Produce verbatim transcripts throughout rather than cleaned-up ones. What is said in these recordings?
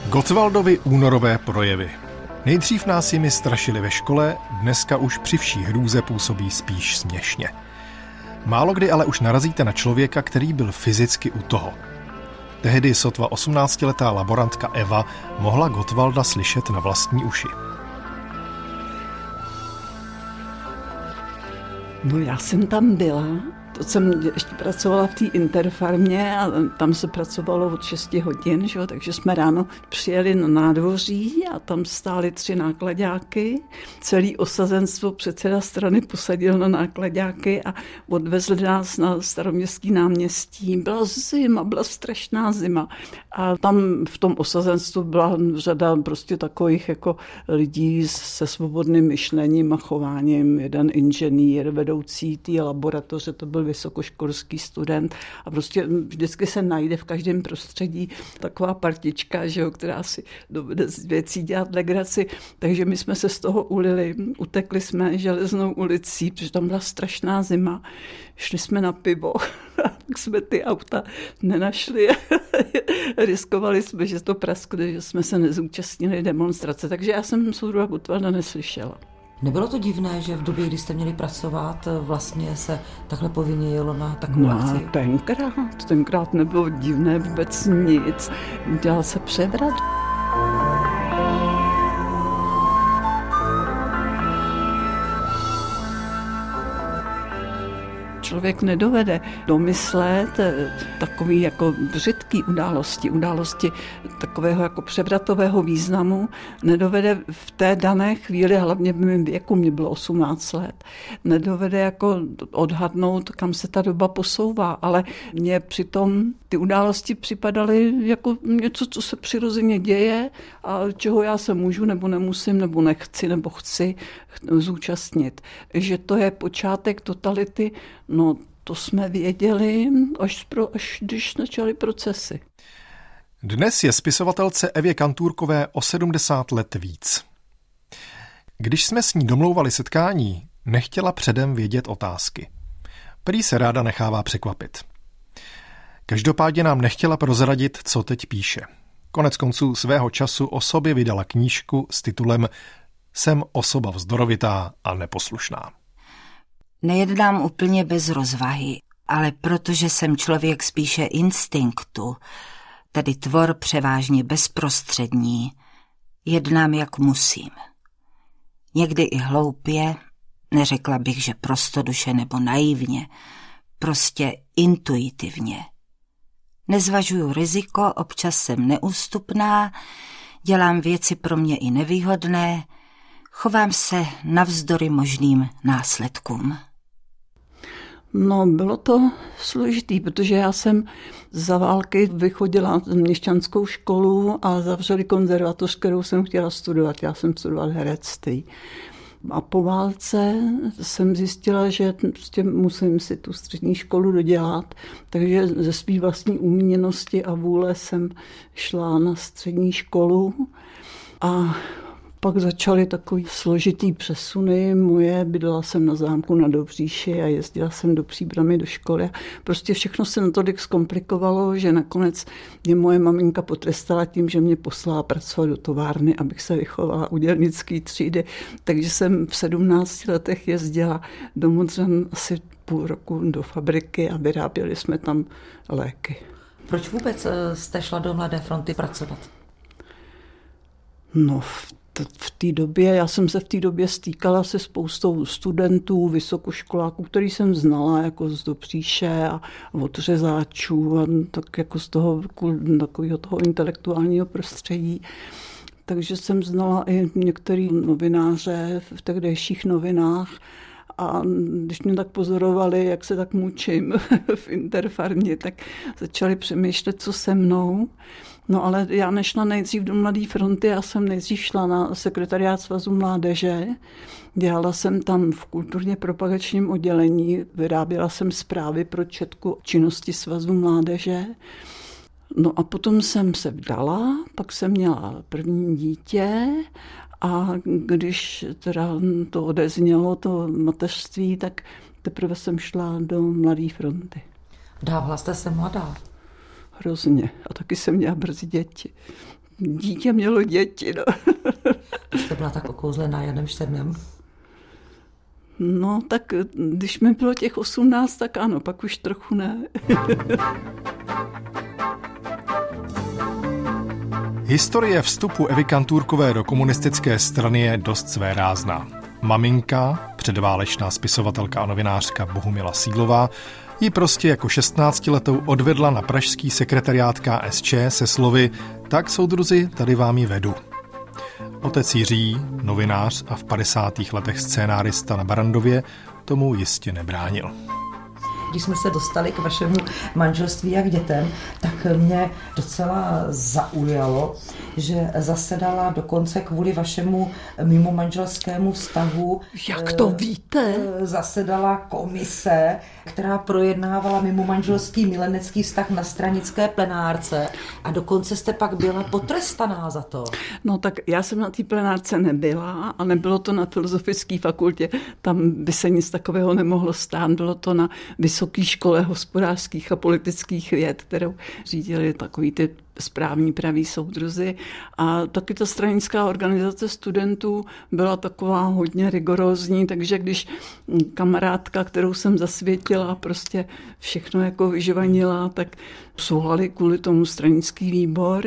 Gottwaldovy únorové projevy. Nejdřív nás jimi strašili ve škole, dneska už při vší hrůze působí spíš směšně. Málo kdy ale už narazíte na člověka, který byl fyzicky u toho. Tehdy sotva osmnáctiletá laborantka Eva mohla Gottwalda slyšet na vlastní uši. No já jsem tam byla. To jsem ještě pracovala v té Interfarmě a tam se pracovalo od šesti hodin, že? Takže jsme ráno přijeli na nádvoří a tam stály tři náklaďáky. Celý osazenstvo předseda strany posadil na náklaďáky a odvezli nás na Staroměstský náměstí. Byla zima, byla strašná zima. A tam v tom osazenstvu byla řada prostě takových jako lidí se svobodným myšlením a chováním. Jeden inženýr, vedoucí té laboratoře, to byl vysokoškolský student a prostě vždycky se najde v každém prostředí taková partička, že jo, která si dovede z věcí dělat legraci. Takže my jsme se z toho ulili, utekli jsme Železnou ulicí, protože tam byla strašná zima. Šli jsme na pivo, tak jsme ty auta nenašli. Riskovali jsme, že to praskne, že jsme se nezúčastnili demonstrace. Takže já jsem Soudruha Gottwalda neslyšela. Nebylo to divné, že v době, kdy jste měli pracovat, vlastně se takhle povinně jelo na takovou no, akci? tenkrát, tenkrát nebylo divné vůbec nic. Dělal se převrat. Člověk nedovede domyslet takový jako břitký události, události takového jako převratového významu, nedovede v té dané chvíli, hlavně v mém věku, mě bylo osmnáct let, nedovede jako odhadnout, kam se ta doba posouvá, ale mně přitom ty události připadaly jako něco, co se přirozeně děje a čeho já se můžu nebo nemusím, nebo nechci, nebo chci zúčastnit. Že to je počátek totality, no to jsme věděli, až, pro, až když začaly procesy. Dnes je spisovatelce Evě Kantůrkové o sedmdesát let víc. Když jsme s ní domlouvali setkání, nechtěla předem vědět otázky. Prý se ráda nechává překvapit. Každopádně nám nechtěla prozradit, co teď píše. Konec konců svého času o sobě vydala knížku s titulem Jsem osoba vzdorovitá a neposlušná. Nejednám úplně bez rozvahy, ale protože jsem člověk spíše instinktu, tedy tvor převážně bezprostřední, jednám jak musím. Někdy i hloupě, neřekla bych, že prostoduše nebo naivně, prostě intuitivně. Nezvažuju riziko, občas jsem neústupná, dělám věci pro mě i nevýhodné, chovám se navzdory možným následkům. No, bylo to složitý, protože já jsem za války vychodila měšťanskou školu a zavřeli konzervatoř, kterou jsem chtěla studovat. Já jsem studovala herectví. A po válce jsem zjistila, že prostě musím si tu střední školu dodělat, takže ze své vlastní uměnosti a vůle jsem šla na střední školu a pak začaly takový složitý přesuny moje, bydlela jsem na zámku na Dobříši a jezdila jsem do Příbrami do školy. Prostě všechno se natolik zkomplikovalo, že nakonec mě moje maminka potrestala tím, že mě poslala pracovat do továrny, abych se vychovala u dělnické třídy. Takže jsem v sedmnácti letech jezdila do Modřan asi půl roku do fabriky a vyráběli jsme tam léky. Proč vůbec jste šla do Mladé fronty pracovat? No, v té době, já jsem se v té době stýkala se spoustou studentů, vysokoškoláků, který jsem znala jako z Dobříše a od řezáčů a tak jako z toho takového toho intelektuálního prostředí. Takže jsem znala i některý novináře v tehdejších novinách a když mě tak pozorovali, jak se tak mučím v Interfarmě, tak začali přemýšlet, co se mnou. No ale já nešla nejdřív do Mladé fronty, já jsem nejdřív šla na sekretariát Svazu mládeže. Dělala jsem tam v kulturně propagačním oddělení, vyráběla jsem zprávy pro četku činnosti Svazu mládeže. No a potom jsem se vdala, pak jsem měla první dítě a když teda to odeznělo, to mateřství, tak teprve jsem šla do Mladé fronty. Dávala jste se mladá? Hrozně. A taky jsem měla brzy děti. dítě mělo děti. No. Jste byla tak okouzlená Janem Šternem? No, tak když mi bylo těch osmnáct, tak ano, pak už trochu ne. Historie vstupu Evy Kantůrkové do komunistické strany je dost svérázná. Maminka, předválečná spisovatelka a novinářka Bohumila Sídlová, ji prostě jako šestnáctiletou odvedla na pražský sekretariát K S Č se slovy tak soudruzi, tady vám ji vedu. Otec Jiří, novinář a v padesátých letech scénárista na Barrandově, tomu jistě nebránil. Když jsme se dostali k vašemu manželství a k dětem, tak mě docela zaujalo, že zasedala dokonce kvůli vašemu mimo manželskému vztahu. Jak to víte? Zasedala komise, která projednávala mimo manželský milenecký vztah na stranické plenárce a dokonce jste pak byla potrestaná za to. No tak já jsem na té plenárce nebyla a nebylo to na Filozofické fakultě, tam by se nic takového nemohlo stát, bylo to na Vysoké škole hospodářských a politických věd, kterou řídili takový ty správní praví soudruzi. A taky ta stranická organizace studentů byla taková hodně rigorózní, takže když kamarádka, kterou jsem zasvětila, prostě všechno jako vyžvanila, tak souhlali kvůli tomu stranický výbor.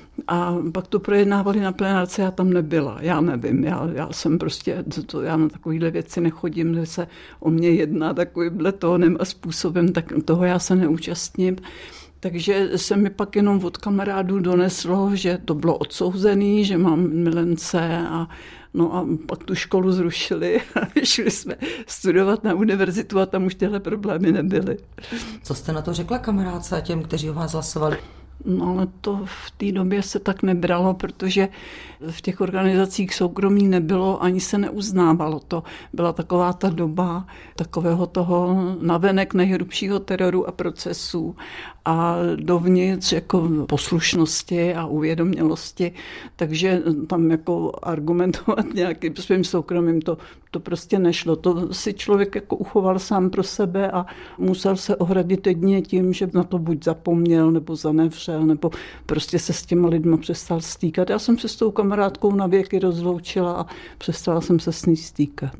A pak to projednávali na plenárce, já tam nebyla, já nevím, já, já jsem prostě, to, já na takovýhle věci nechodím, že se o mě jedná takovýmhle tónem a způsobem, tak toho já se neúčastním. Takže se mi pak jenom od kamarádů doneslo, že to bylo odsouzený, že mám milence a no a pak tu školu zrušili a šli jsme studovat na univerzitu a tam už tyhle problémy nebyly. Co jste na to řekla kamarádce a těm, kteří o vás hlasovali? No ale to v té době se tak nebralo, protože v těch organizacích soukromí nebylo, ani se neuznávalo to. Byla taková ta doba takového toho navenek nejhrubšího teroru a procesů a dovnitř jako poslušnosti a uvědomělosti, takže tam jako argumentovat nějakým svým soukromím, to, to prostě nešlo. To si člověk jako uchoval sám pro sebe a musel se ohradit jedině tím, že na to buď zapomněl nebo zanevřel, nebo prostě se s těma lidma přestal stýkat. Já jsem se s tou kamarádkou na věky rozloučila a přestala jsem se s ní stýkat.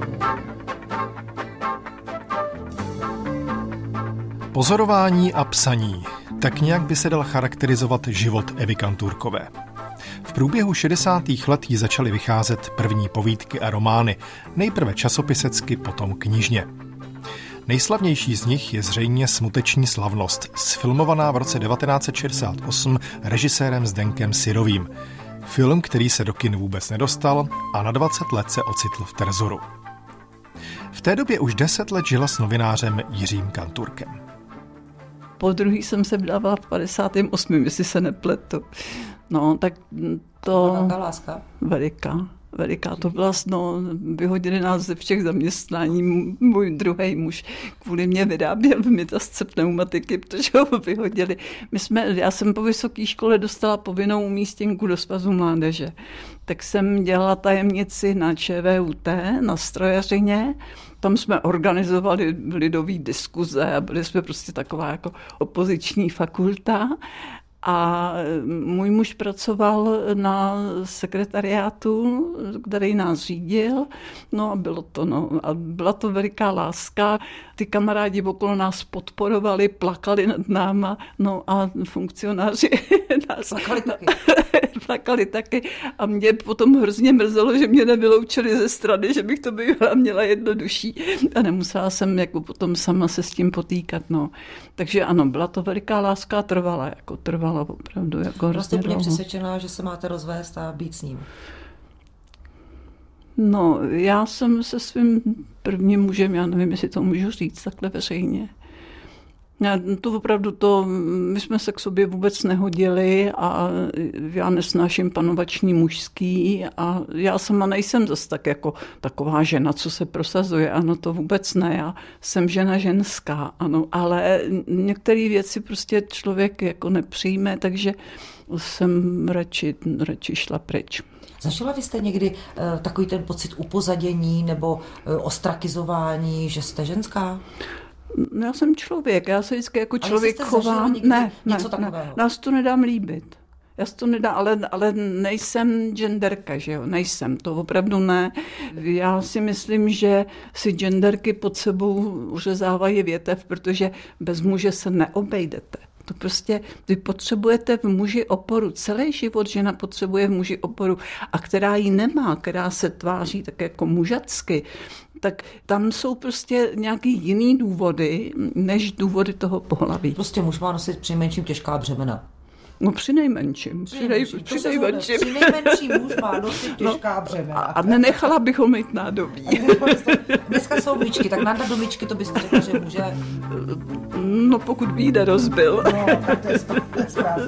Pozorování a psaní. Tak nějak by se dal charakterizovat život Evy Kantůrkové. V průběhu šedesátých let jí začaly vycházet první povídky a romány, nejprve časopisecky, potom knižně. Nejslavnější z nich je zřejmě Smuteční slavnost, sfilmovaná v roce devatenáct set šedesát osm režisérem Zdenkem Syrovým. Film, který se do kin vůbec nedostal a na dvacet let se ocitl v Trezoru. V té době už deset let žila s novinářem Jiřím Kantůrkem. Po druhý jsem se vdávala v padesátém osmém, jestli se nepletu. No, tak to... Velká láska? Veliká. Veliká to byla, no, vyhodili nás ze všech zaměstnání, můj druhý muž kvůli mě vyráběl vymětasce pneumatiky, protože ho vyhodili. My jsme, já jsem po vysoké škole dostala povinnou umístěnku do Svazu mládeže, tak jsem dělala tajemnici na Č V U T, na strojařině, tam jsme organizovali lidové diskuze a byli jsme prostě taková jako opoziční fakulta. A můj muž pracoval na sekretariátu, který nás řídil, no a bylo to, no, a byla to veliká láska. Ty kamarádi okolo nás podporovali, plakali nad náma, no a funkcionáři nás plakali taky. plakali taky. A mě potom hrozně mrzelo, že mě nevyloučili ze strany, že bych to bývala měla jednodušší a nemusela jsem jako potom sama se s tím potýkat, no. Takže ano, byla to veliká láska a trvala, jako trvala opravdu jako hrozně dlouho. Jste přesvědčená, že se máte rozvést a být s ním? No, já jsem se svým prvním mužem, já nevím, jestli to můžu říct takhle veřejně. Já, to opravdu to, my jsme se k sobě vůbec nehodili a já nesnáším panovační mužský a já sama nejsem zase tak jako taková žena, co se prosazuje, ano, to vůbec ne, já jsem žena ženská, ano, ale některé věci prostě člověk jako nepřijme, takže jsem radši, radši šla pryč. Zažila vy jste někdy uh, takový ten pocit upozadění nebo uh, ostrakizování, že jste ženská? Já jsem člověk, já se vždycky jako člověk chovám. Ne, ne, něco ne, takového? nás to nedám líbit. Já si to nedá, ale, ale nejsem genderka, že jo, nejsem, to opravdu ne. Já si myslím, že si genderky pod sebou uřezávají větev, protože bez muže se neobejdete. To prostě, vy potřebujete v muži oporu. Celý život žena potřebuje v muži oporu a která ji nemá, která se tváří tak jako mužacky, tak tam jsou prostě nějaký jiný důvody, než důvody toho pohlaví. Prostě muž má nosit přinejmenším těžká břemena. No při nejmenším. Při, nej, při, při nejmenším. Při nejmenším muž má nosit těžká no, břemena. A nenechala bych ho mít nádobí. Dneska jsou myčky, tak nádobí do myčky to byste řekla, že může... No pokud by jí nerozbil. No, tak to je správně.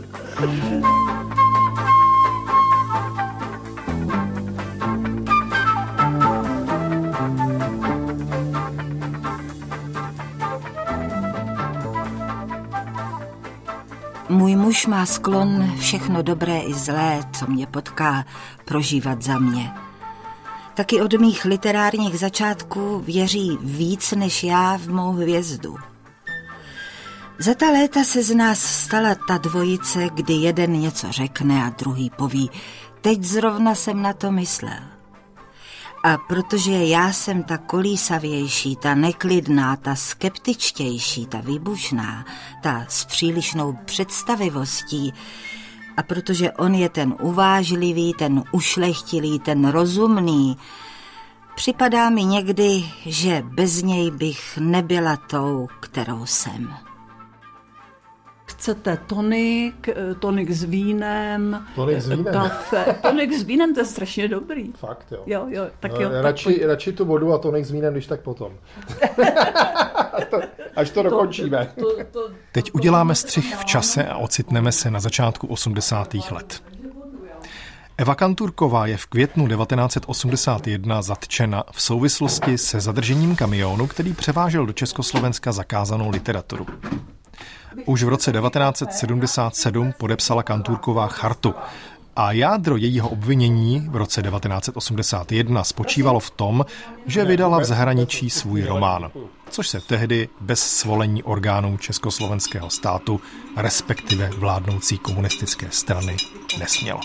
Můj muž má sklon všechno dobré i zlé, co mě potká, prožívat za mě. Taky od mých literárních začátků věří víc než já v mou hvězdu. Za ta léta se z nás stala ta dvojice, kdy jeden něco řekne a druhý poví, teď zrovna jsem na to myslel. A protože já jsem ta kolísavější, ta neklidná, ta skeptičtější, ta výbušná, ta s přílišnou představivostí, a protože on je ten uvážlivý, ten ušlechtilý, ten rozumný, připadá mi někdy, že bez něj bych nebyla tou, kterou jsem. Chcete tonik, tonik s vínem, tonik s vínem. Kafe. Tonik s vínem, to je strašně dobrý. Fakt, jo. Jo, jo, tak no, jo. Radši, tak... radši tu vodu a tonik s vínem, když tak potom. to, až to dokončíme. To, to, to, Teď uděláme střih v čase a ocitneme se na začátku osmdesátých let. Eva Kanturková je v květnu devatenáct set osmdesát jedna zatčena v souvislosti se zadržením kamionu, který převážel do Československa zakázanou literaturu. Už v roce devatenáct set sedmdesát sedm podepsala Kanturková chartu a jádro jejího obvinění v roce devatenáct set osmdesát jedna spočívalo v tom, že vydala v zahraničí svůj román, což se tehdy bez svolení orgánů československého státu, respektive vládnoucí komunistické strany, nesmělo.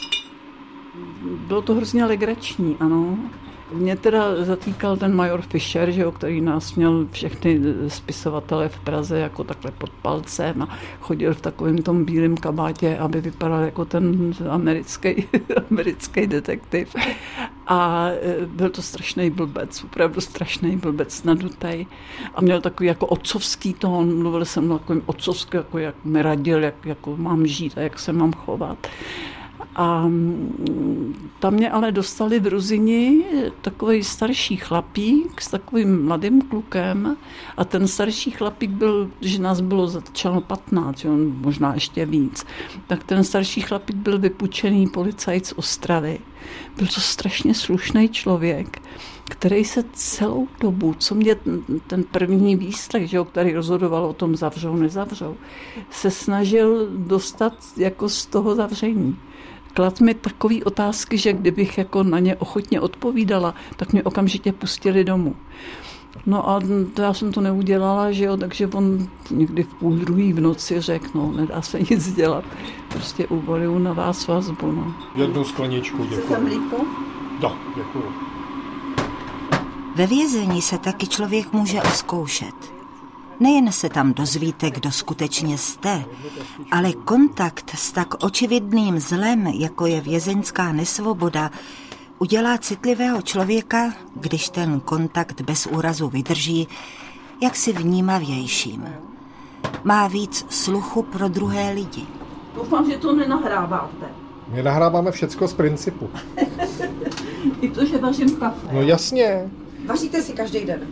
Bylo to hrozně legrační, ano. Mě teda zatýkal ten major Fischer, že jo, který nás měl všechny spisovatele v Praze jako takhle pod palcem a chodil v takovém tom bílém kabátě, aby vypadal jako ten americký, americký detektiv. A byl to strašný blbec, opravdu strašný blbec, nadutej. A měl takový jako otcovský tón, mluvil jsem takovým otcovský, jako jak mi radil, jak jako mám žít a jak se mám chovat. A tam mě ale dostali v Ruzini takový starší chlapík s takovým mladým klukem a ten starší chlapík byl, že nás bylo zatčeno patnáct, možná ještě víc, tak ten starší chlapík byl vypučený policajt z Ostravy. Byl to strašně slušný člověk, který se celou dobu, co mě ten první výslech, že jo, který rozhodoval o tom zavřou, nezavřou, se snažil dostat jako z toho zavření. Klad mi takový otázky, že kdybych jako na ně ochotně odpovídala, tak mě okamžitě pustili domů. No a to já jsem to neudělala, že jo, takže on někdy v půl druhý v noci řekl, no, nedá se nic dělat, prostě uvolil na vás vazbu, no. Jednu skleničku, děkuji. Chce tam mlíko? Da, děkuji. Ve vězení se taky člověk může oskoušet. Nejen se tam dozvíte, kdo skutečně jste, ale kontakt s tak očividným zlem, jako je vězeňská nesvoboda, udělá citlivého člověka, když ten kontakt bez úrazu vydrží, jaksi vnímavějším. Má víc sluchu pro druhé lidi. Doufám, že to nenahráváte. My nahráváme všecko z principu. I to, že vařím kafe. No jasně. Vaříte si každý den?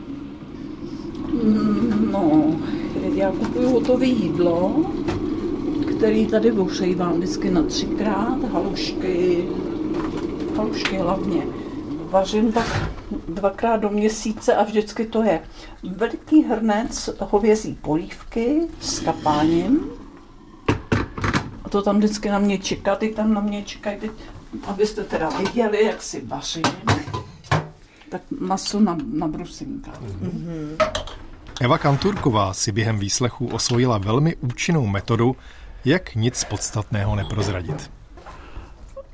No, já kupuju hotové jídlo, který tady ohřívám vždycky na třikrát, halušky, halušky hlavně. Vařím tak dvakrát do měsíce a vždycky to je veliký hrnec hovězí polívky s kapáním. A to tam vždycky na mě čeká, ty tam na mě čekají, abyste teda viděli, jak si vařím. Tak maso na, na brusinkách. Mm-hmm. Eva Kanturková si během výslechu osvojila velmi účinnou metodu, jak nic podstatného neprozradit.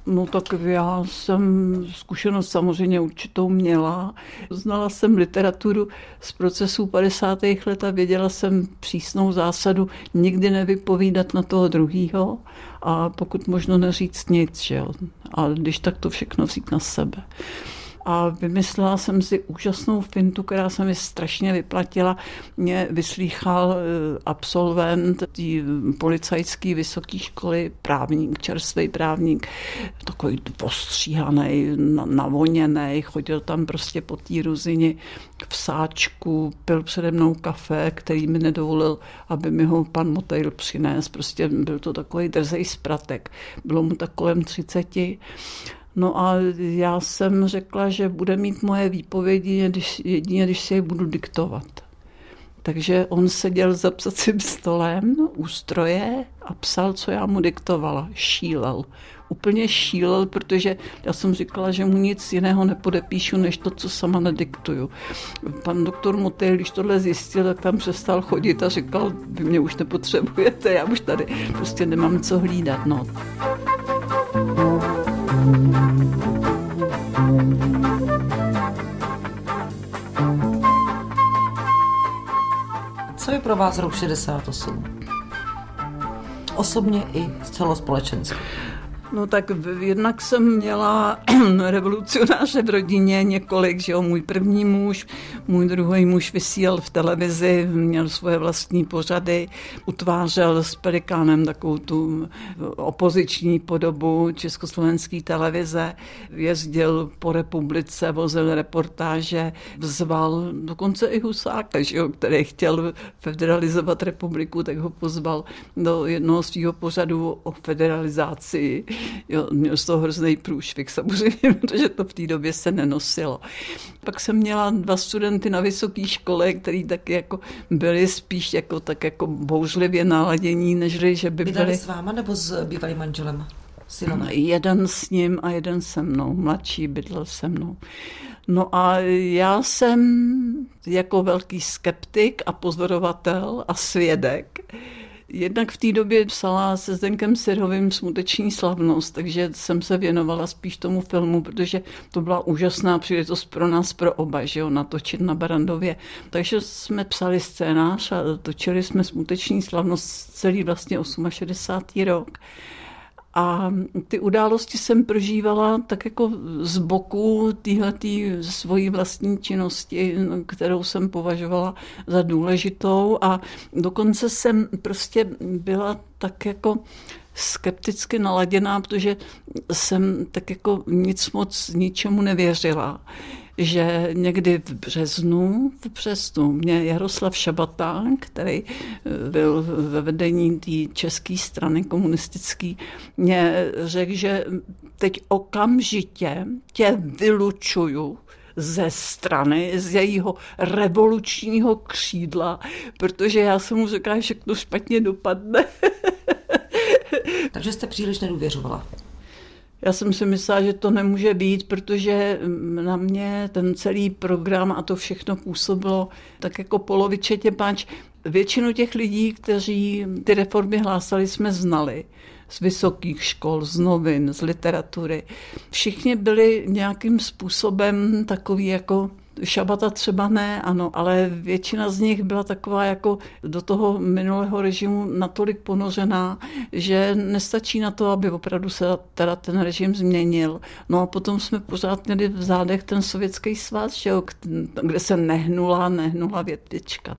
No tak já jsem zkušenost samozřejmě určitou měla. Znala jsem literaturu z procesů padesátých let a věděla jsem přísnou zásadu nikdy nevypovídat na toho druhýho a pokud možno neříct nic, že jo. A když tak to všechno vzít na sebe. A vymyslela jsem si úžasnou fintu, která se mi strašně vyplatila. Mě vyslýchal absolvent té policajské vysoké školy, právník, čerstvý právník, takový ostříhaný, navoněný, chodil tam prostě po té Ruzini v sáčku, pil přede mnou kafe, který mi nedovolil, aby mi ho pan Motejl přinést. Prostě byl to takový drzej spratek. Bylo mu tak kolem třiceti. No a já jsem řekla, že bude mít moje výpovědi když, jedině, když si je budu diktovat. Takže on seděl za psacím stolem u stroje a psal, co já mu diktovala. Šílel. Úplně šílel, protože já jsem říkala, že mu nic jiného nepodepíšu, než to, co sama nediktuju. Pan doktor Motejl, když tohle zjistil, tak tam přestal chodit a říkal, vy mě už nepotřebujete, já už tady prostě nemám co hlídat. No. Co je pro vás rok šedesát osm? Osobně i celospolečensky. No tak jednak jsem měla revolucionáře v rodině několik, že jo, můj první muž, můj druhý muž vysílal v televizi, měl svoje vlastní pořady, utvářel s Pelikánem takovou tu opoziční podobu československé televize, jezdil po republice, vozil reportáže, vzval dokonce i Husáka, že jo, který chtěl federalizovat republiku, tak ho pozval do jednoho svého pořadu o federalizaci. Jo, měl z toho hrozný průšvih samozřejmě, protože to v té době se nenosilo. Pak jsem měla dva studenty na vysoké škole, který taky jako byli spíš jako, tak jako bouřlivě naladění, nežli, že by byli... Bydleli s váma nebo s bývalým manželem? Synové? Jeden s ním a jeden se mnou. Mladší bydlel se mnou. No a já jsem jako velký skeptik a pozorovatel a svědek. Jednak v té době psala se Zdenkem Sirhovým Smuteční slavnost, takže jsem se věnovala spíš tomu filmu, protože to byla úžasná příležitost pro nás, pro oba, že jo, natočit na Barrandově. Takže jsme psali scénář a točili jsme Smuteční slavnost celý vlastně šedesátý osmý rok. A ty události jsem prožívala tak jako z boku téhletý svojí vlastní činnosti, kterou jsem považovala za důležitou a dokonce jsem prostě byla tak jako skepticky naladěná, protože jsem tak jako nic moc ničemu nevěřila. Že někdy v březnu, v březnu mě Jaroslav Šabata, který byl ve vedení té české strany komunistické, mě řekl, že teď okamžitě tě vylučuju ze strany, z jejího revolučního křídla, protože já jsem mu řekla, že to špatně dopadne. Takže jste příliš nedůvěřovala. Já jsem si myslela, že to nemůže být, protože na mě ten celý program a to všechno působilo tak jako polovičetě, páč většinu těch lidí, kteří ty reformy hlásali, jsme znali z vysokých škol, z novin, z literatury. Všichni byli nějakým způsobem takový jako Šabata třeba ne, ano, ale většina z nich byla taková jako do toho minulého režimu natolik ponořená, že nestačí na to, aby opravdu se teda ten režim změnil. No a potom jsme pořád měli v zádech ten Sovětský svaz, že jo, kde se nehnula, nehnula větvička.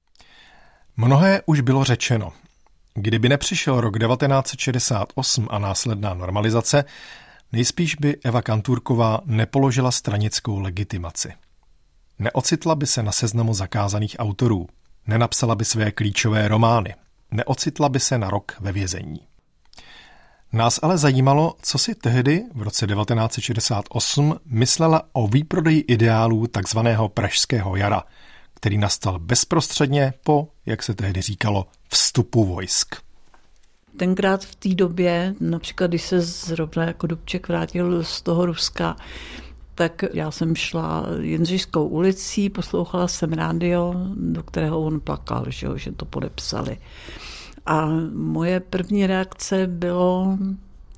Mnohé už bylo řečeno. Kdyby nepřišel rok devatenáct set šedesát osm a následná normalizace, nejspíš by Eva Kantůrková nepoložila stranickou legitimaci. Neocitla by se na seznamu zakázaných autorů, nenapsala by své klíčové romány, neocitla by se na rok ve vězení. Nás ale zajímalo, co si tehdy v roce devatenáct set šedesát osm myslela o výprodeji ideálů takzvaného Pražského jara, který nastal bezprostředně po, jak se tehdy říkalo, vstupu vojsk. Tenkrát v té době, například když se zrovna jako Dubček vrátil z toho Ruska, tak já jsem šla Jindřišskou ulicí, poslouchala jsem rádio, do kterého on plakal, že, že to podepsali. A moje první reakce bylo,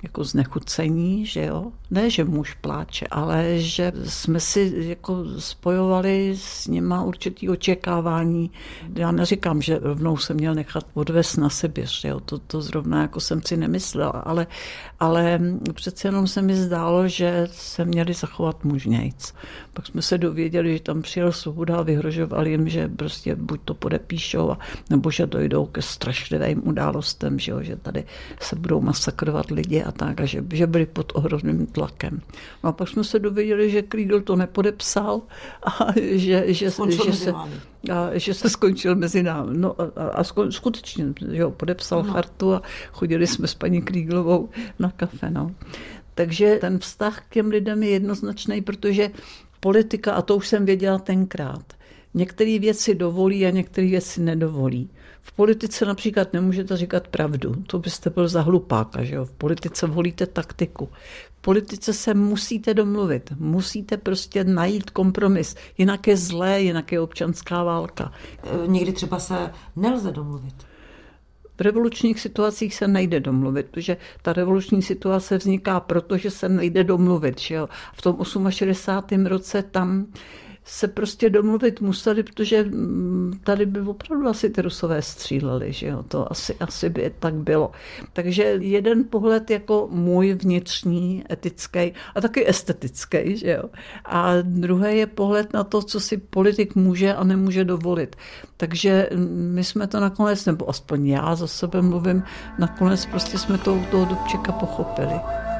jako znechucení, že jo. Ne, že muž pláče, ale že jsme si jako spojovali s nima určitý očekávání. Já neříkám, že rovnou se měl nechat odvést na Sibiř, že jo. To, to zrovna jako jsem si nemyslela, ale, ale přece jenom se mi zdálo, že se měli zachovat mužnějc. Pak jsme se dověděli, že tam přijel Svoboda a vyhrožoval jim, že prostě buď to podepíšou, a, nebo že dojdou ke strašlivým událostem, že, jo, že tady se budou masakrovat lidi a tak, a že, že byli pod ohromným tlakem. No a pak jsme se dověděli, že Kriegl to nepodepsal a že, že, že, se, a že se skončil mezi námi. No a, a skutečně, že jo, podepsal no. chartu a chodili jsme s paní Krieglovou na kafe. No. Takže ten vztah k těm lidem je jednoznačný, protože politika, a to už jsem věděla tenkrát, některé věci dovolí a některé věci nedovolí. V politice například nemůžete říkat pravdu, to byste byl za hlupáka, že jo? V politice volíte taktiku. V politice se musíte domluvit, musíte prostě najít kompromis, jinak je zlé, jinak je občanská válka. Někdy třeba se nelze domluvit. V revolučních situacích se nejde domluvit, protože ta revoluční situace vzniká proto, že se nejde domluvit. Že jo? V tom šedesátém osmém roce tam se prostě domluvit museli, protože tady by opravdu asi ty Rusové stříleli, že jo, to asi, asi by tak bylo. Takže jeden pohled jako můj vnitřní, etický a taky estetický, že jo. A druhý je pohled na to, co si politik může a nemůže dovolit. Takže my jsme to nakonec, nebo aspoň já za sebe mluvím, nakonec prostě jsme to u toho Dubčeka pochopili.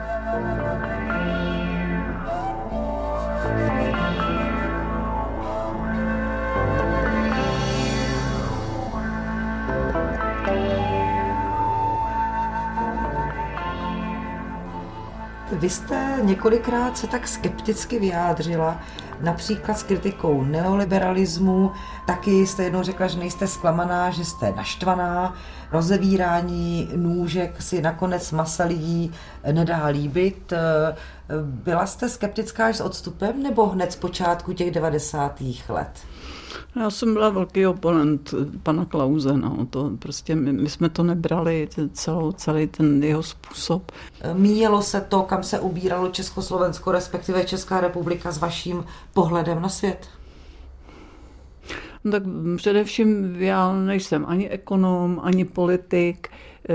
Vy jste několikrát se tak skepticky vyjádřila, například s kritikou neoliberalismu, taky jste jednou řekla, že nejste zklamaná, že jste naštvaná, rozevírání nůžek si nakonec masa lidí nedá líbit. Byla jste skeptická až s odstupem, nebo hned z počátku těch devadesátých let? Já jsem byla velký oponent pana Klause, no. To prostě my, my jsme to nebrali, celou, celý ten jeho způsob. Míjelo se to, kam se ubíralo Československo, respektive Česká republika s vaším pohledem na svět? No tak především já nejsem ani ekonom, ani politik.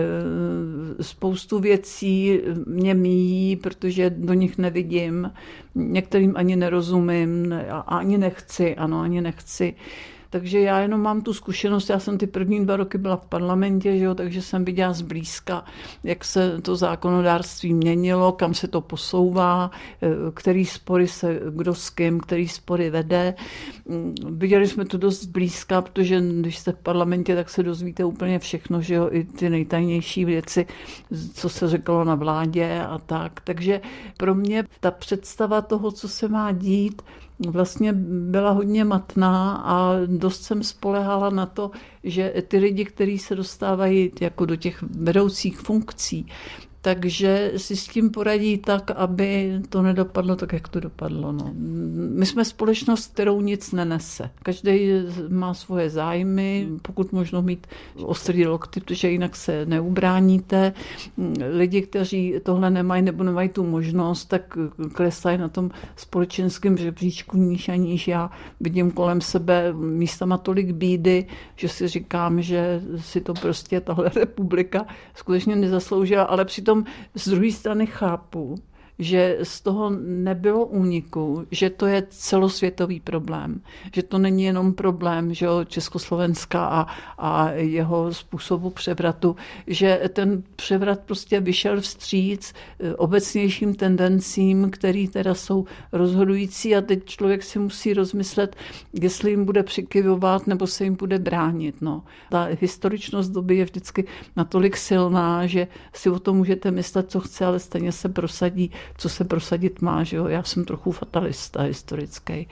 Spoustu věcí mě míjí, protože do nich nevidím. Některým ani nerozumím, ani nechci, ano, ani nechci. Takže já jenom mám tu zkušenost, já jsem ty první dva roky byla v parlamentě, že jo, takže jsem viděla zblízka, jak se to zákonodárství měnilo, kam se to posouvá, který spory se kdo s kým, který spory vede. Viděli jsme to dost zblízka, protože když jste v parlamentě, tak se dozvíte úplně všechno, že jo, i ty nejtajnější věci, co se řeklo na vládě a tak. Takže pro mě ta představa toho, co se má dít, vlastně byla hodně matná a dost jsem spolehala na to, že ty lidi, kteří se dostávají jako do těch vedoucích funkcí, takže si s tím poradí tak, aby to nedopadlo tak, jak to dopadlo. No. My jsme společnost, kterou nic nenese. Každý má svoje zájmy, pokud možno mít ostrý lokty, protože jinak se neubráníte. Lidi, kteří tohle nemají nebo nemají tu možnost, tak klesají na tom společenském žebříčku níž a níž. Já vidím kolem sebe místama tolik bídy, že si říkám, že si to prostě tahle republika skutečně nezasloužila, ale přitom z druhé strany chápu, že z toho nebylo úniku, že to je celosvětový problém, že to není jenom problém, že jo, Československa a, a jeho způsobu převratu, že ten převrat prostě vyšel vstříc obecnějším tendencím, které teda jsou rozhodující a teď člověk si musí rozmyslet, jestli jim bude přikyvovat nebo se jim bude bránit. No. Ta historičnost doby je vždycky natolik silná, že si o tom můžete myslet, co chce, ale stejně se prosadí, co se prosadit má, že jo? Já jsem trochu fatalista historický.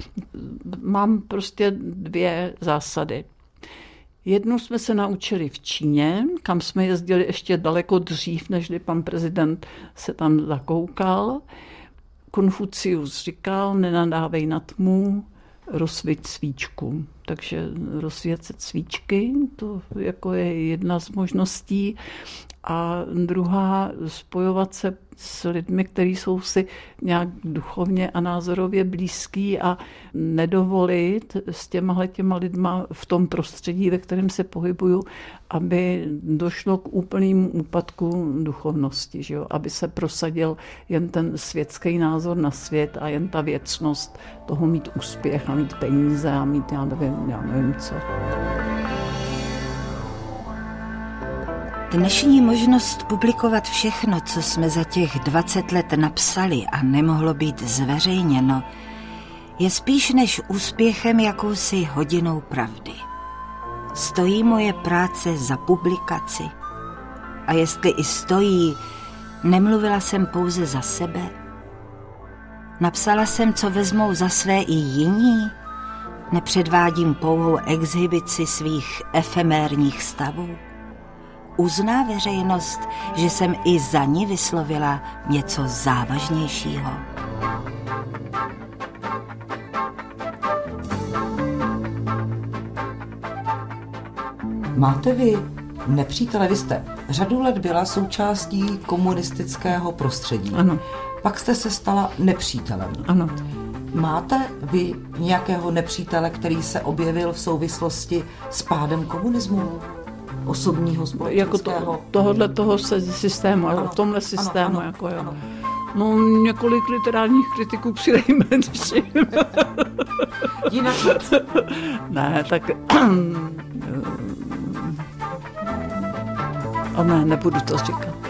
Mám prostě dvě zásady. Jednu jsme se naučili v Číně, kam jsme jezdili ještě daleko dřív, než pan prezident se tam zakoukal. Konfucius říkal, nenadávej na tmu, rozsviť svíčku. Takže rozsvícet svíčky, to jako je jedna z možností. A druhá, spojovat se s lidmi, kteří jsou si nějak duchovně a názorově blízký a nedovolit s těma těma lidma v tom prostředí, ve kterém se pohybuju, aby došlo k úplnému úpadku duchovnosti, že jo? Aby se prosadil jen ten světský názor na svět a jen ta věcnost toho mít úspěch a mít peníze a mít, já nevím, já nevím co. Dnešní možnost publikovat všechno, co jsme za těch dvacet let napsali a nemohlo být zveřejněno, je spíš než úspěchem jakousi hodinou pravdy. Stojí moje práce za publikaci? A jestli i stojí, nemluvila jsem pouze za sebe? Napsala jsem, co vezmou za své i jiní? Nepředvádím pouhou exhibici svých efemérních stavů? Uzná veřejnost, že jsem i za ní vyslovila něco závažnějšího? Máte vy nepřítele? Vy jste řadu let byla součástí komunistického prostředí. Ano. Pak jste se stala nepřítelem. Ano. Máte vy nějakého nepřítele, který se objevil v souvislosti s pádem komunismu? Osobního, společenského? Jako to, tohohle toho systému, ano, v tomhle systému, ano, jako jo. Ano. No, několik literárních kritiků přinejmenším. Jinak. Ne, tak... A ne, nebudu to říkat.